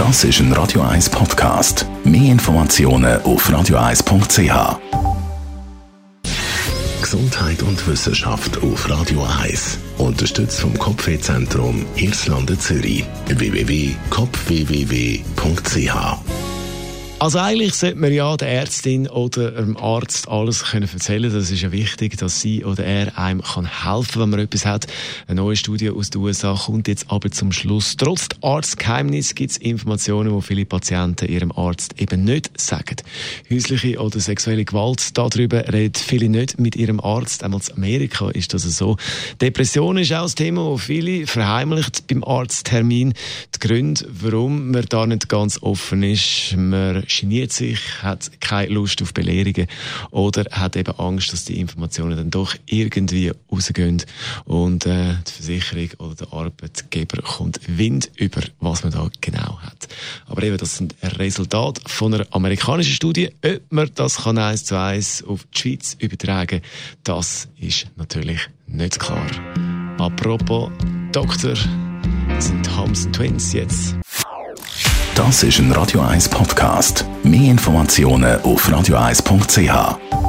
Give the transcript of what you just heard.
Das ist ein Radio 1 Podcast. Mehr Informationen auf radio1.ch. Gesundheit und Wissenschaft auf Radio 1. Unterstützt vom Kopfwehzentrum Irlande Zürich. www.kopfwww.ch. Also eigentlich sollte man ja der Ärztin oder dem Arzt alles erzählen können. Das ist ja wichtig, dass sie oder er einem helfen kann, wenn man etwas hat. Eine neue Studie aus den USA kommt jetzt aber zum Schluss. Trotz Arztgeheimnis gibt es Informationen, die viele Patienten ihrem Arzt eben nicht sagen. Häusliche oder sexuelle Gewalt, darüber reden viele nicht mit ihrem Arzt. Einmal in Amerika ist das so. Depression ist auch ein Thema, das viele verheimlicht beim Arzttermin. Die Gründe, warum man da nicht ganz offen ist, man geniert sich, hat keine Lust auf Belehrungen oder hat eben Angst, dass die Informationen dann doch irgendwie rausgehen und die Versicherung oder der Arbeitgeber kommt Wind über, was man da genau hat. Aber eben, das sind Resultate von einer amerikanischen Studie. Ob man das kann 1:1 auf die Schweiz übertragen, das ist natürlich nicht klar. Apropos Doktor, das sind die Thompson Twins jetzt. Das ist ein Radio 1 Podcast. Mehr Informationen auf radio1.ch.